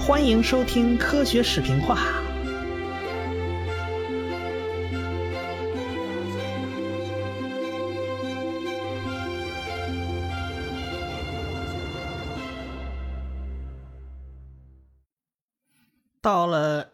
欢迎收听科学视频化。到了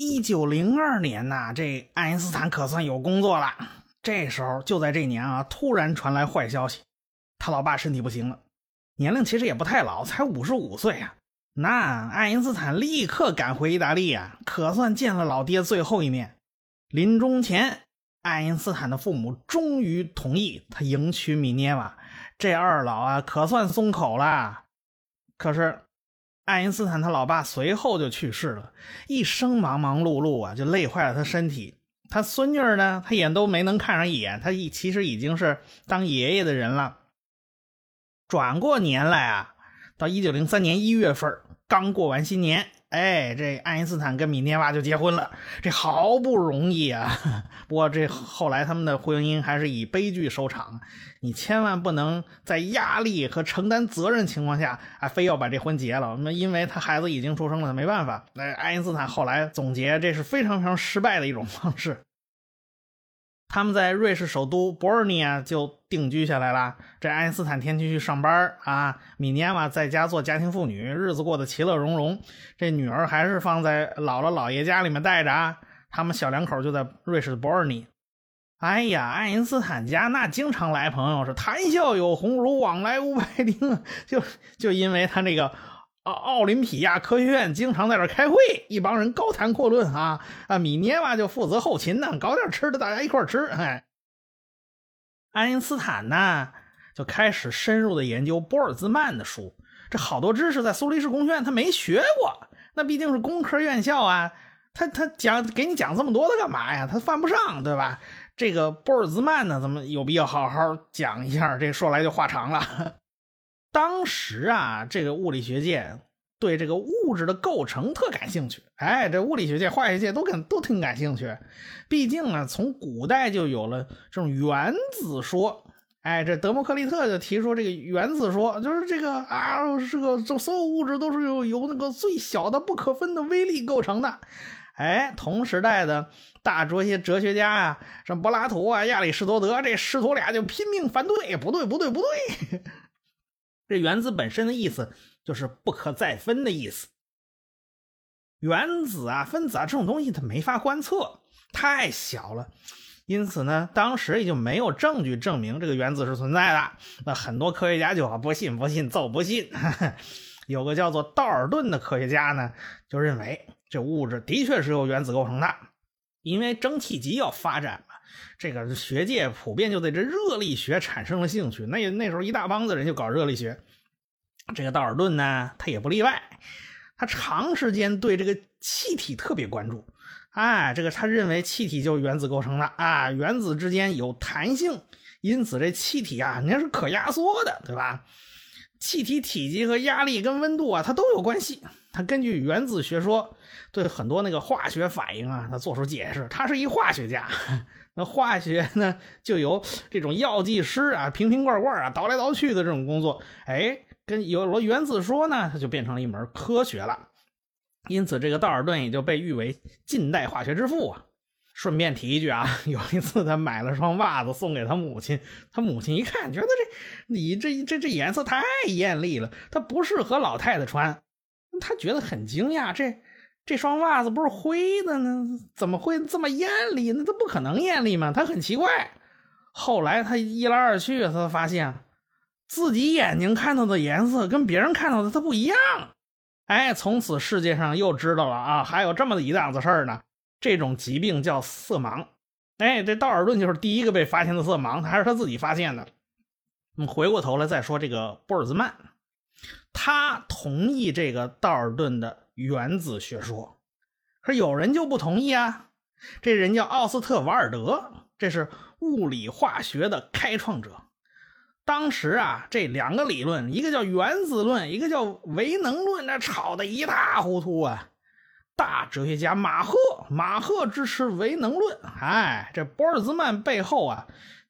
1902年呐，这爱因斯坦可算有工作了。这时候就在这年啊，突然传来坏消息，他老爸身体不行了，年龄其实也不太老，才55岁啊。那爱因斯坦立刻赶回意大利啊，可算见了老爹最后一面。临终前，爱因斯坦的父母终于同意他迎娶米涅瓦，这二老啊可算松口了。可是爱因斯坦他老爸随后就去世了，一生忙忙碌碌啊，就累坏了他身体。他孙女呢，他也都没能看上一眼，他其实已经是当爷爷的人了。转过年来啊，到1903年1月份，刚过完新年，这爱因斯坦跟米涅瓦就结婚了，这好不容易啊。不过这后来他们的婚姻还是以悲剧收场。你千万不能在压力和承担责任情况下非要把这婚结了，因为他孩子已经出生了，没办法。爱因斯坦后来总结，这是非常非常失败的一种方式。他们在瑞士首都伯尔尼啊就定居下来了。这爱因斯坦天天去上班啊，米涅瓦在家做家庭妇女，日子过得其乐融融。这女儿还是放在姥姥姥爷家里面带着啊。他们小两口就在瑞士的伯尔尼。哎呀，爱因斯坦家那经常来朋友，是谈笑有鸿儒，往来无白丁啊。就因为他那个奥林匹亚科学院经常在这开会，一帮人高谈阔论啊，米涅瓦就负责后勤呢，搞点吃的大家一块吃。爱因斯坦呢就开始深入的研究波尔兹曼的书，这好多知识在苏黎世工学院他没学过，那毕竟是工科院校啊，他给你讲这么多的干嘛呀？他犯不上，对吧？这个波尔兹曼呢，咱们有必要好好讲一下，这说来就话长了。当时啊，这个物理学界对这个物质的构成特感兴趣，这物理学界、化学界都挺感兴趣。毕竟呢，从古代就有了这种原子说。这德谟克利特就提出这个原子说，就是这个所有物质都是由那个最小的不可分的微粒构成的。同时代的大哲学家啊，什么柏拉图啊、亚里士多德，这师徒俩就拼命反对，不对。这原子本身的意思就是不可再分的意思。原子啊、分子啊这种东西它没法观测，太小了。因此呢，当时也就没有证据证明这个原子是存在的。那很多科学家就不信，奏不信。有个叫做道尔顿的科学家呢，就认为这物质的确是由原子构成的。因为蒸汽机要发展嘛，这个学界普遍就对这热力学产生了兴趣。那时候一大帮子人就搞热力学。这个道尔顿呢，他也不例外，他长时间对这个气体特别关注。这个他认为气体就是原子构成的原子之间有弹性，因此这气体啊，那是可压缩的，对吧？气体体积和压力跟温度啊，它都有关系。他根据原子学说，对很多那个化学反应啊，他做出解释。他是一化学家，那化学呢，就由这种药剂师啊，瓶罐啊，倒来倒去的这种工作，跟有了原子说呢，它就变成了一门科学了。因此这个道尔顿也就被誉为近代化学之父啊。顺便提一句啊，有一次他买了双袜子送给他母亲，他母亲一看觉得你这颜色太艳丽了，它不适合老太太穿。他觉得很惊讶，这双袜子不是灰的呢，怎么会这么艳丽？那它不可能艳丽嘛，他很奇怪。后来他一来二去，他发现自己眼睛看到的颜色跟别人看到的它不一样。从此世界上又知道了还有这么一档子事儿呢。这种疾病叫色盲。这道尔顿就是第一个被发现的色盲，还是他自己发现的。我们回过头来再说这个波尔兹曼，他同意这个道尔顿的原子学说，可是有人就不同意啊。这人叫奥斯特瓦尔德，这是物理化学的开创者。当时啊，这两个理论，一个叫原子论，一个叫唯能论，那吵得一塌糊涂啊。大哲学家马赫支持唯能论，这波尔兹曼背后啊，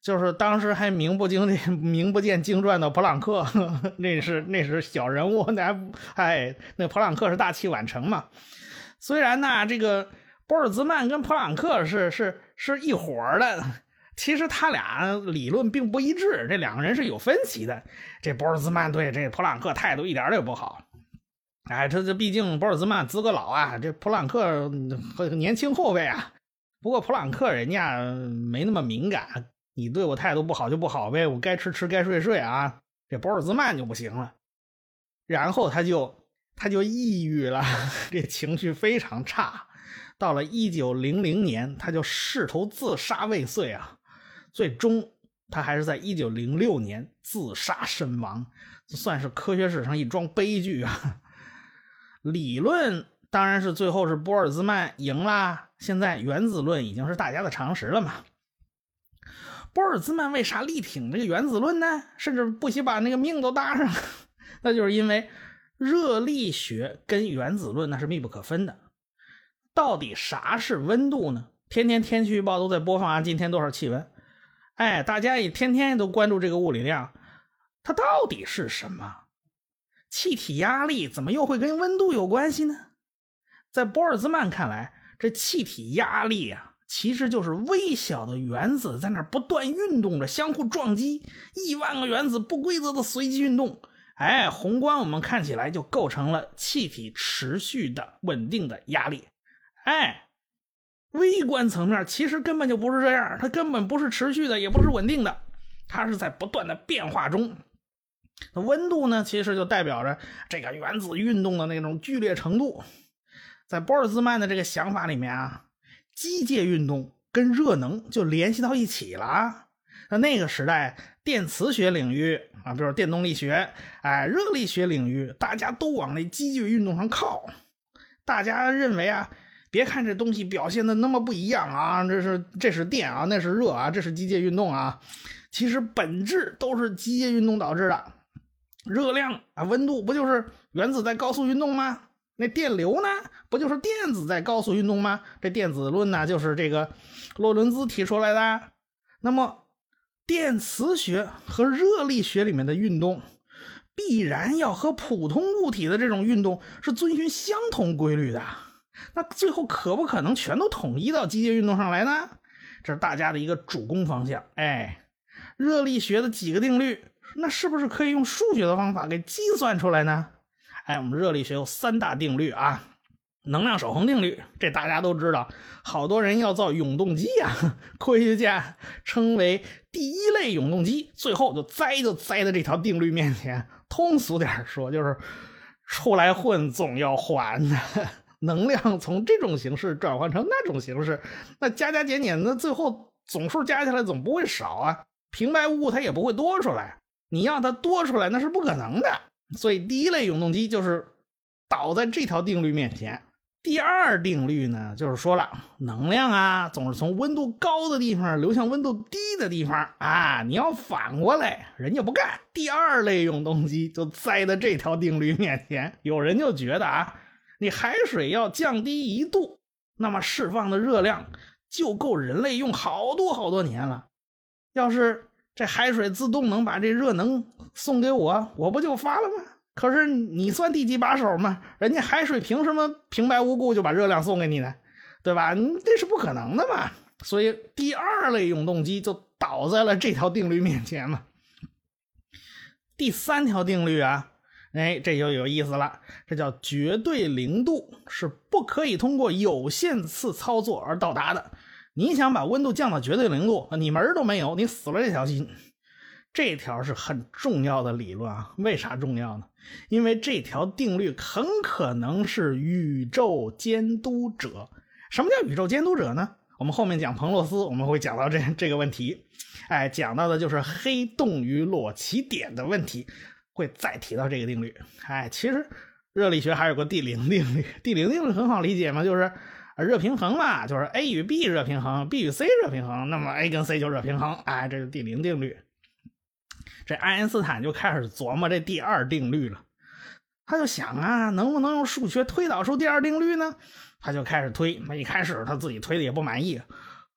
就是当时还名不见经传的普朗克，那是小人物，那普朗克是大器晚成嘛。虽然呢，这个玻尔兹曼跟普朗克是一伙的，其实他俩理论并不一致，这两个人是有分歧的。这玻尔兹曼对这普朗克态度一点也不好。这毕竟玻尔兹曼资格老啊，这普朗克年轻后辈啊。不过普朗克人家没那么敏感，你对我态度不好就不好呗，我该吃吃该睡睡啊。这玻尔兹曼就不行了，然后他就抑郁了，这情绪非常差。到了1900年，他就试图自杀未遂啊，最终他还是在1906年自杀身亡，算是科学史上一桩悲剧啊。理论当然是最后是玻尔兹曼赢啦，现在原子论已经是大家的常识了嘛。玻尔兹曼为啥力挺这个原子论呢？甚至不惜把那个命都搭上？那就是因为热力学跟原子论那是密不可分的。到底啥是温度呢？天天天气预报都在播放啊，今天多少气温？大家也天天都关注这个物理量，它到底是什么？气体压力怎么又会跟温度有关系呢？在玻尔兹曼看来，这气体压力啊，其实就是微小的原子在那不断运动着，相互撞击，1万个原子不规则的随机运动。宏观我们看起来就构成了气体持续的稳定的压力。微观层面其实根本就不是这样，它根本不是持续的，也不是稳定的，它是在不断的变化中。温度呢，其实就代表着这个原子运动的那种剧烈程度。在玻尔兹曼的这个想法里面啊，机械运动跟热能就联系到一起了。那个时代电磁学领域啊，比如电动力学，热力学领域，大家都往那机械运动上靠。大家认为啊，别看这东西表现的那么不一样啊，这是电啊，那是热啊，这是机械运动啊，其实本质都是机械运动导致的。热量啊，温度不就是原子在高速运动吗？那电流呢，不就是电子在高速运动吗？这电子论呢，就是这个洛伦兹提出来的。那么电磁学和热力学里面的运动必然要和普通物体的这种运动是遵循相同规律的，那最后可不可能全都统一到机械运动上来呢？这是大家的一个主攻方向。热力学的几个定律，那是不是可以用数学的方法给计算出来呢？我们热力学有3大定律啊。能量守恒定律，这大家都知道，好多人要造永动机啊，科学家称为第1类永动机，最后就栽在这条定律面前。通俗点说，就是出来混总要还的，能量从这种形式转换成那种形式，那加减减的，最后总数加起来总不会少啊，平白无故它也不会多出来，你让它多出来那是不可能的。所以第1类永动机就是倒在这条定律面前。第2定律呢，就是说了，能量啊总是从温度高的地方流向温度低的地方啊，你要反过来，人家不干。第2类永动机就栽在这条定律面前。有人就觉得啊，你海水要降低1度，那么释放的热量就够人类用好多年了。要是这海水自动能把这热能送给我，我不就发了吗？可是你算第几把手吗？人家海水凭什么平白无故就把热量送给你呢？对吧？这是不可能的嘛。所以第2类永动机就倒在了这条定律面前嘛。第3条定律啊，这就有意思了，这叫绝对零度，是不可以通过有限次操作而到达的。你想把温度降到绝对零度，你门都没有，你死了这条心。这条是很重要的理论啊，为啥重要呢？因为这条定律很可能是宇宙监督者。什么叫宇宙监督者呢？我们后面讲彭洛斯我们会讲到这个问题。讲到的就是黑洞与裸奇点的问题，会再提到这个定律。其实热力学还有个第0定律，第0定律很好理解嘛，就是热平衡嘛，就是 A 与 B 热平衡， B 与 C 热平衡，那么 A 跟 C 就热平衡。这是第0定律。这爱因斯坦就开始琢磨这第2定律了，他就想啊，能不能用数学推导出第2定律呢？他就开始推，一开始他自己推的也不满意，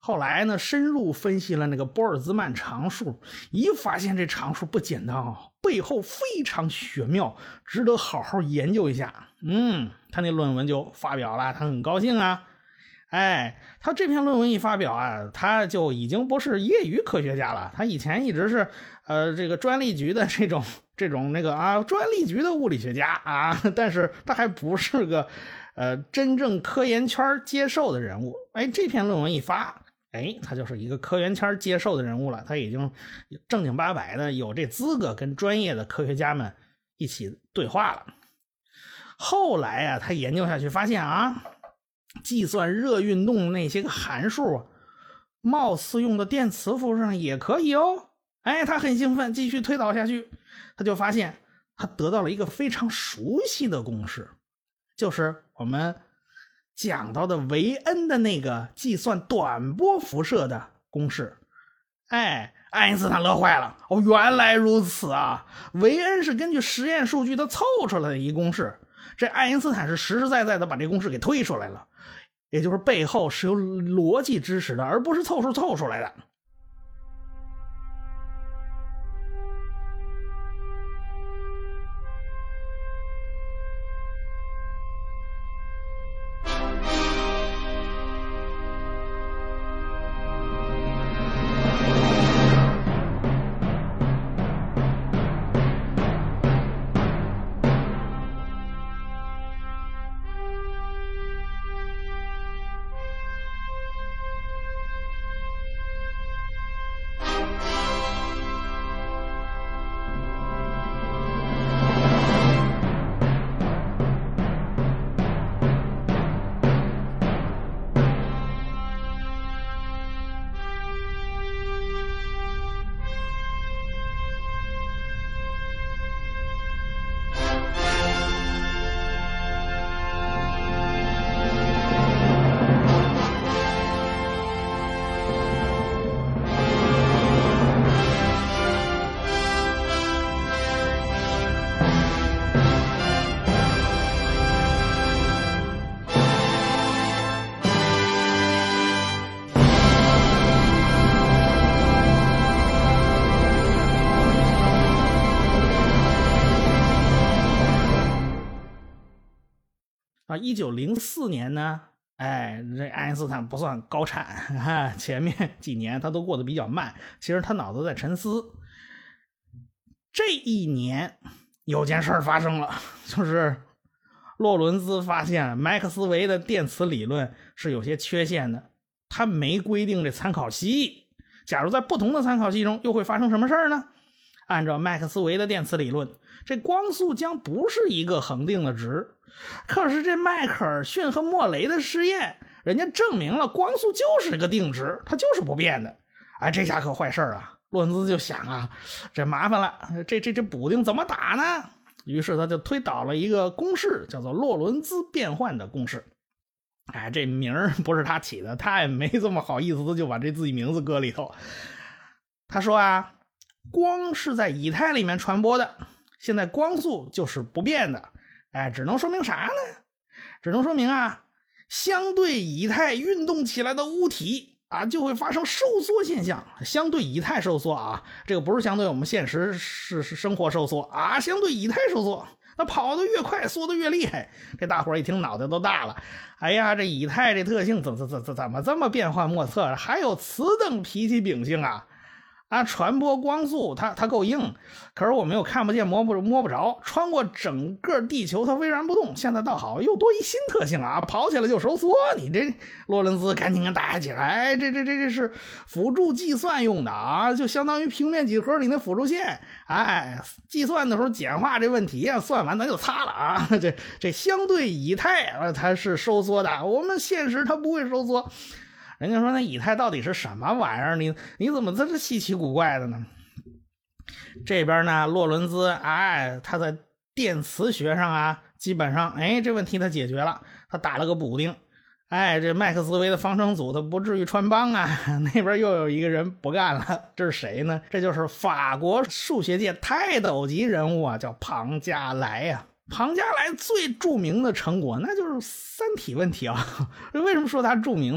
后来呢，深入分析了那个玻尔兹曼常数，一发现这常数不简单背后非常玄妙，值得好好研究一下。他那论文就发表了，他很高兴啊。他这篇论文一发表啊，他就已经不是业余科学家了，他以前一直是这个专利局的这种专利局的物理学家啊，但是他还不是个真正科研圈接受的人物。这篇论文一发，他就是一个科研圈接受的人物了，他已经正经八百的有这资格跟专业的科学家们一起对话了。后来啊，他研究下去发现啊，计算热运动那些个函数貌似用的电磁符上也可以哦。他很兴奋，继续推导下去，他就发现他得到了一个非常熟悉的公式，就是我们讲到的维恩的那个计算短波辐射的公式。爱因斯坦乐坏了，原来如此啊！维恩是根据实验数据他凑出来的一公式，这爱因斯坦是实实在在的把这公式给推出来了，也就是背后是有逻辑支持的，而不是凑数凑出来的。1904年呢，这爱因斯坦不算高产前面几年他都过得比较慢，其实他脑子在沉思。这一年有件事发生了，就是洛伦兹发现麦克斯韦的电磁理论是有些缺陷的，他没规定这参考系，假如在不同的参考系中又会发生什么事呢？按照麦克斯韦的电磁理论，这光速将不是一个恒定的值，可是这迈克尔逊和莫雷的实验，人家证明了光速就是个定值，它就是不变的。这下可坏事啊！洛伦兹就想啊，这麻烦了，这补丁怎么打呢？于是他就推导了一个公式，叫做洛伦兹变换的公式。这名儿不是他起的，他也没这么好意思就把这自己名字搁里头。他说啊，光是在以太里面传播的，现在光速就是不变的。只能说明啥呢？只能说明啊，相对以太运动起来的物体就会发生收缩现象。相对以太收缩啊，这个不是相对我们现实是生活收缩相对以太收缩，那跑得越快缩得越厉害。这大伙一听脑袋都大了，这以太这特性怎么这么变幻莫测，还有此等脾气秉性传播光速它够硬，可是我们又看不见摸不着，穿过整个地球它巍然不动。现在倒好，又多一新特性跑起来就收缩。你这洛伦兹赶紧跟大家起来，这是辅助计算用的就相当于平面几何里那辅助线。计算的时候简化这问题算完咱就擦了这相对以太它是收缩的，我们现实它不会收缩。人家说那以太到底是什么玩意儿？你怎么这是稀奇古怪的呢？这边呢，洛伦兹他在电磁学上基本上这问题他解决了，他打了个补丁。这麦克斯韦的方程组他不至于穿帮那边又有一个人不干了，这是谁呢？这就是法国数学界泰斗级人物叫庞加莱庞加莱最著名的成果那就是三体问题为什么说他著名呢？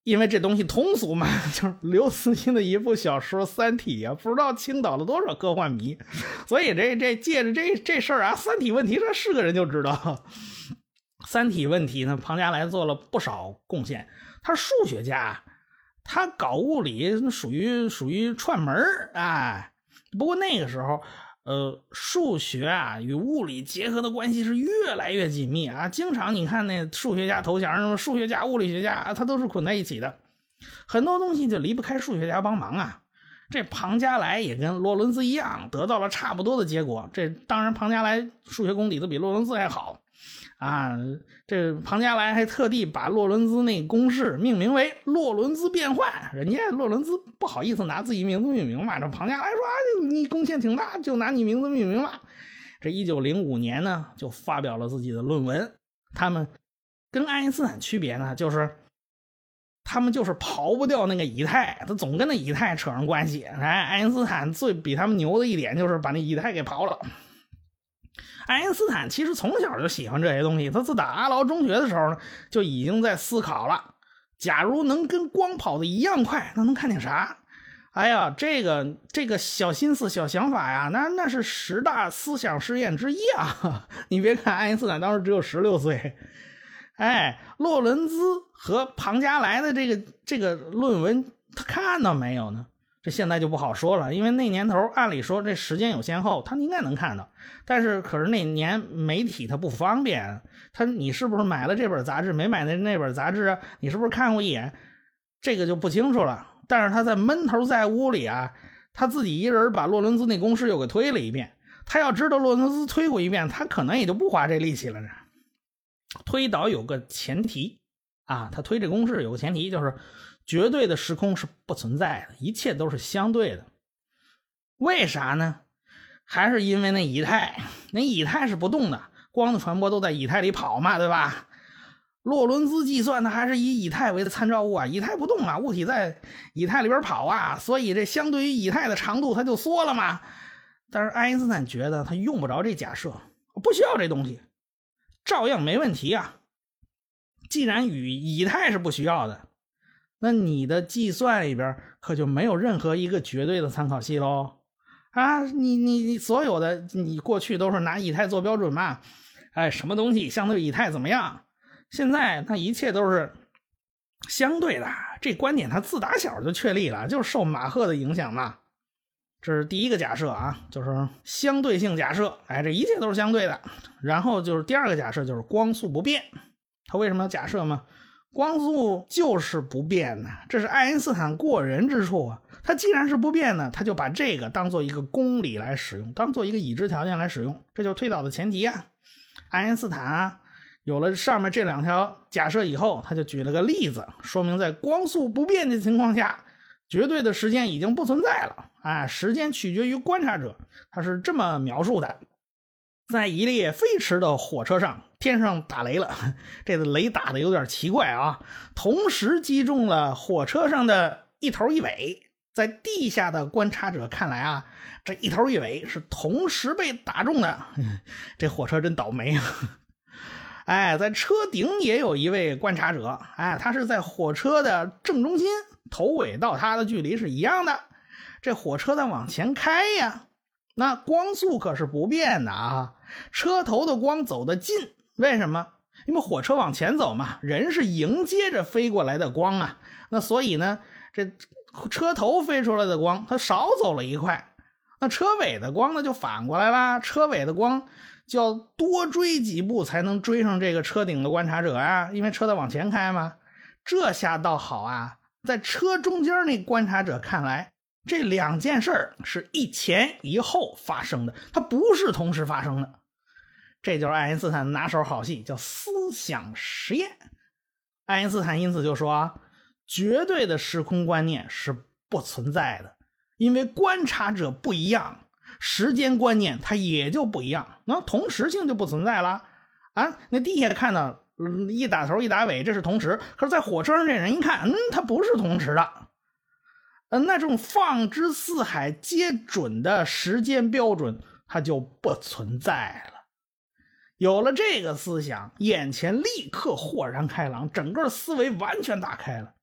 因为这东西通俗嘛，就是刘慈欣的一部小说《三体》啊，不知道倾倒了多少科幻迷，所以这借着这事儿啊，三体问题这是个人就知道。三体问题呢，庞加莱做了不少贡献，他是数学家，他搞物理属于串门哎。不过那个时候数学啊与物理结合的关系是越来越紧密啊，经常你看那数学家头衔什么数学家物理学家他都是捆在一起的，很多东西就离不开数学家帮忙啊。这庞加莱也跟洛伦兹一样得到了差不多的结果，这当然庞加莱数学功底都比洛伦兹还好啊。这庞加莱还特地把洛伦兹那公式命名为洛伦兹变换，人家洛伦兹不好意思拿自己名字命名嘛，这庞加莱说你贡献挺大，就拿你名字命名吧。这1905年呢就发表了自己的论文。他们跟爱因斯坦区别呢，就是他们就是刨不掉那个以太，他总跟那以太扯上关系。爱因斯坦最比他们牛的一点就是把那以太给刨了。爱因斯坦其实从小就喜欢这些东西，他自打阿劳中学的时候呢，就已经在思考了，假如能跟光跑得一样快，那能看见啥？哎呀，这个小心思小想法呀，那是10大思想实验之一啊。你别看爱因斯坦当时只有16岁，洛伦兹和庞加莱的这个论文他看到没有呢？这现在就不好说了，因为那年头按理说这时间有先后，他应该能看到，但是可是那年媒体他不方便，你是不是买了这本杂志，没买那本杂志啊？你是不是看过一眼？这个就不清楚了。但是他在闷头在屋里啊，他自己一人把洛伦兹那公式又给推了一遍。他要知道洛伦兹推过一遍，他可能也就不花这力气了呢。推导有个前提啊，他推这公式有个前提，就是绝对的时空是不存在的，一切都是相对的。为啥呢？还是因为那以太是不动的，光的传播都在以太里跑嘛，对吧？洛伦兹计算的还是以太为参照物啊，以太不动啊，物体在以太里边跑啊，所以这相对于以太的长度它就缩了嘛。但是爱因斯坦觉得他用不着这假设，不需要这东西，照样没问题啊。既然与以太是不需要的，那你的计算里边可就没有任何一个绝对的参考系喽啊！你所有的你过去都是拿以太做标准嘛，什么东西相对以太怎么样？现在它一切都是相对的，这观点它自打小就确立了，就是受马赫的影响嘛。这是第一个假设啊，就是相对性假设，这一切都是相对的。然后就是第二个假设，就是光速不变。它为什么要假设吗？光速就是不变的，这是爱因斯坦过人之处啊。它既然是不变的，他就把这个当做一个公理来使用，当做一个已知条件来使用，这就是推导的前提啊。爱因斯坦啊，有了上面这2条假设以后，他就举了个例子，说明在光速不变的情况下，绝对的时间已经不存在了。时间取决于观察者，他是这么描述的：在一列飞驰的火车上，天上打雷了，这个雷打的有点奇怪啊，同时击中了火车上的一头一尾。在地下的观察者看来啊，这一头一尾是同时被打中的，这火车真倒霉啊。在车顶也有一位观察者，他是在火车的正中心，头尾到他的距离是一样的。这火车在往前开呀，那光速可是不变的啊。车头的光走得近，为什么？因为火车往前走嘛，人是迎接着飞过来的光啊，那所以呢，这车头飞出来的光它少走了一块，那车尾的光呢就反过来啦，车尾的光就要多追几步才能追上这个车顶的观察者啊，因为车在往前开嘛。这下倒好啊，在车中间那观察者看来，这2件事是一前一后发生的，它不是同时发生的。这就是爱因斯坦的拿手好戏，叫思想实验。爱因斯坦因此就说啊，绝对的时空观念是不存在的，因为观察者不一样，时间观念它也就不一样，那同时性就不存在了啊。那地下看到一打头一打尾，这是同时，可是在火车上这人一看，它不是同时的。那这种放之四海皆准的时间标准，它就不存在了。有了这个思想，眼前立刻豁然开朗，整个思维完全打开了。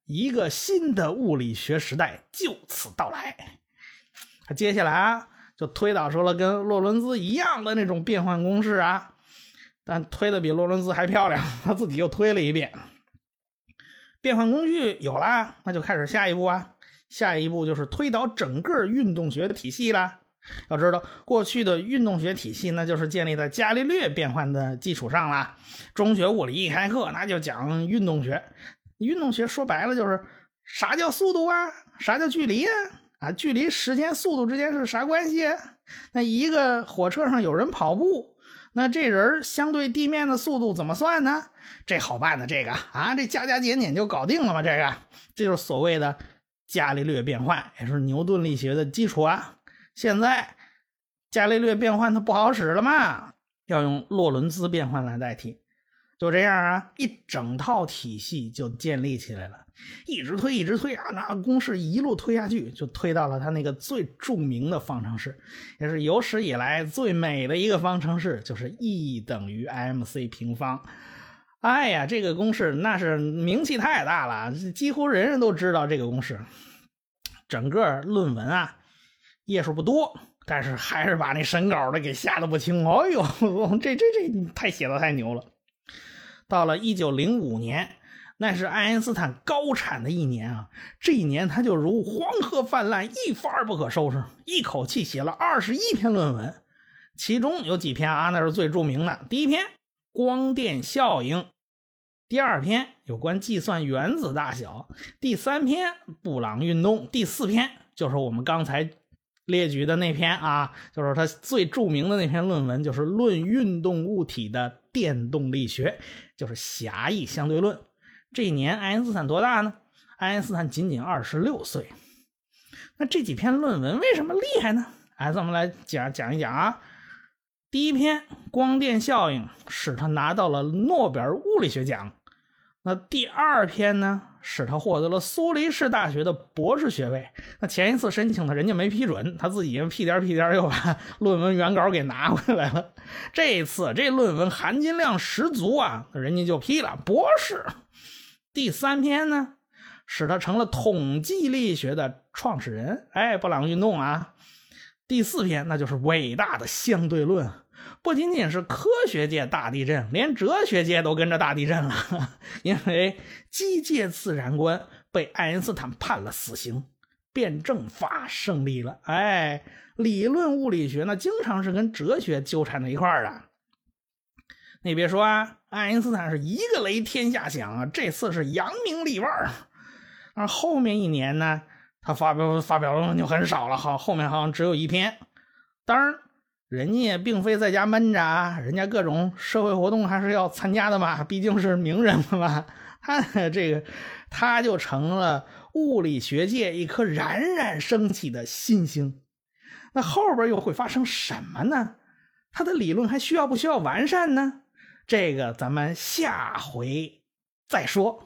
一个新的物理学时代就此到来。他接下来啊，就推导出了跟洛伦兹一样的那种变换公式啊，但推的比洛伦兹还漂亮，他自己又推了一遍。变换工具有了，那就开始下一步啊，下一步就是推导整个运动学的体系啦。要知道，过去的运动学体系那就是建立在伽利略变换的基础上啦。中学物理一开课，那就讲运动学。运动学说白了就是啥叫速度啊，啥叫距离啊，距离、时间、速度之间是啥关系啊？那一个火车上有人跑步，那这人相对地面的速度怎么算呢？这好办的，这个啊，这加加减减就搞定了嘛。这就是所谓的伽利略变换，也是牛顿力学的基础啊。现在伽利略变换它不好使了嘛，要用洛伦兹变换来代替。就这样啊，一整套体系就建立起来了，一直推啊，那公式一路推下去，就推到了他那个最著名的方程式，也是有史以来最美的一个方程式，就是 E 等于 mc 平方。哎呀，这个公式那是名气太大了，几乎人人都知道这个公式。整个论文啊，页数不多，但是还是把那审稿的给吓得不轻。哎呦，这太写的太牛了。到了1905年，那是爱因斯坦高产的一年啊！这一年他就如黄河泛滥，一发而不可收拾，一口气写了21篇论文，其中有几篇啊，那是最著名的。第一篇光电效应，第二篇有关计算原子大小，第三篇布朗运动，第四篇就是我们刚才列举的那篇啊，就是他最著名的那篇论文，就是论运动物体的电动力学，就是狭义相对论。这一年爱因斯坦多大呢？爱因斯坦仅仅26岁。那这几篇论文为什么厉害呢？咱们来讲一讲啊。第一篇光电效应使他拿到了诺贝尔物理学奖。那第二篇呢，使他获得了苏黎世大学的博士学位。那前一次申请的人家没批准，他自己屁颠又把论文原稿给拿回来了。这一次这论文含金量十足啊，人家就批了博士。第三篇呢，使他成了统计力学的创始人，布朗运动啊。第四篇那就是伟大的相对论，不仅仅是科学界大地震，连哲学界都跟着大地震了。因为机械自然观被爱因斯坦判了死刑，辩证法胜利了。理论物理学呢，经常是跟哲学纠缠在一块儿的。你别说啊，爱因斯坦是一个雷天下响啊，这次是扬名立万。而后面一年呢，他发表论文就很少了，后面好像只有一篇。当然人家也并非在家闷着啊，人家各种社会活动还是要参加的嘛，毕竟是名人了嘛。他就成了物理学界一颗冉冉升起的新星。那后边又会发生什么呢？他的理论还需要不需要完善呢？这个咱们下回再说。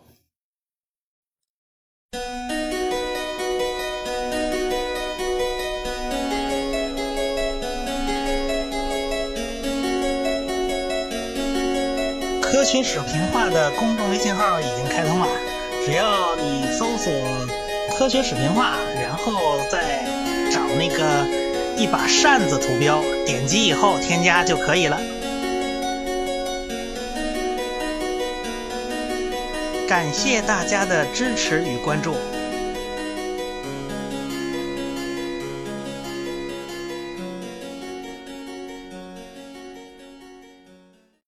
科学史评话的公众微信号已经开通了，只要你搜索科学史评话，然后再找那个一把扇子图标，点击以后添加就可以了。感谢大家的支持与关注。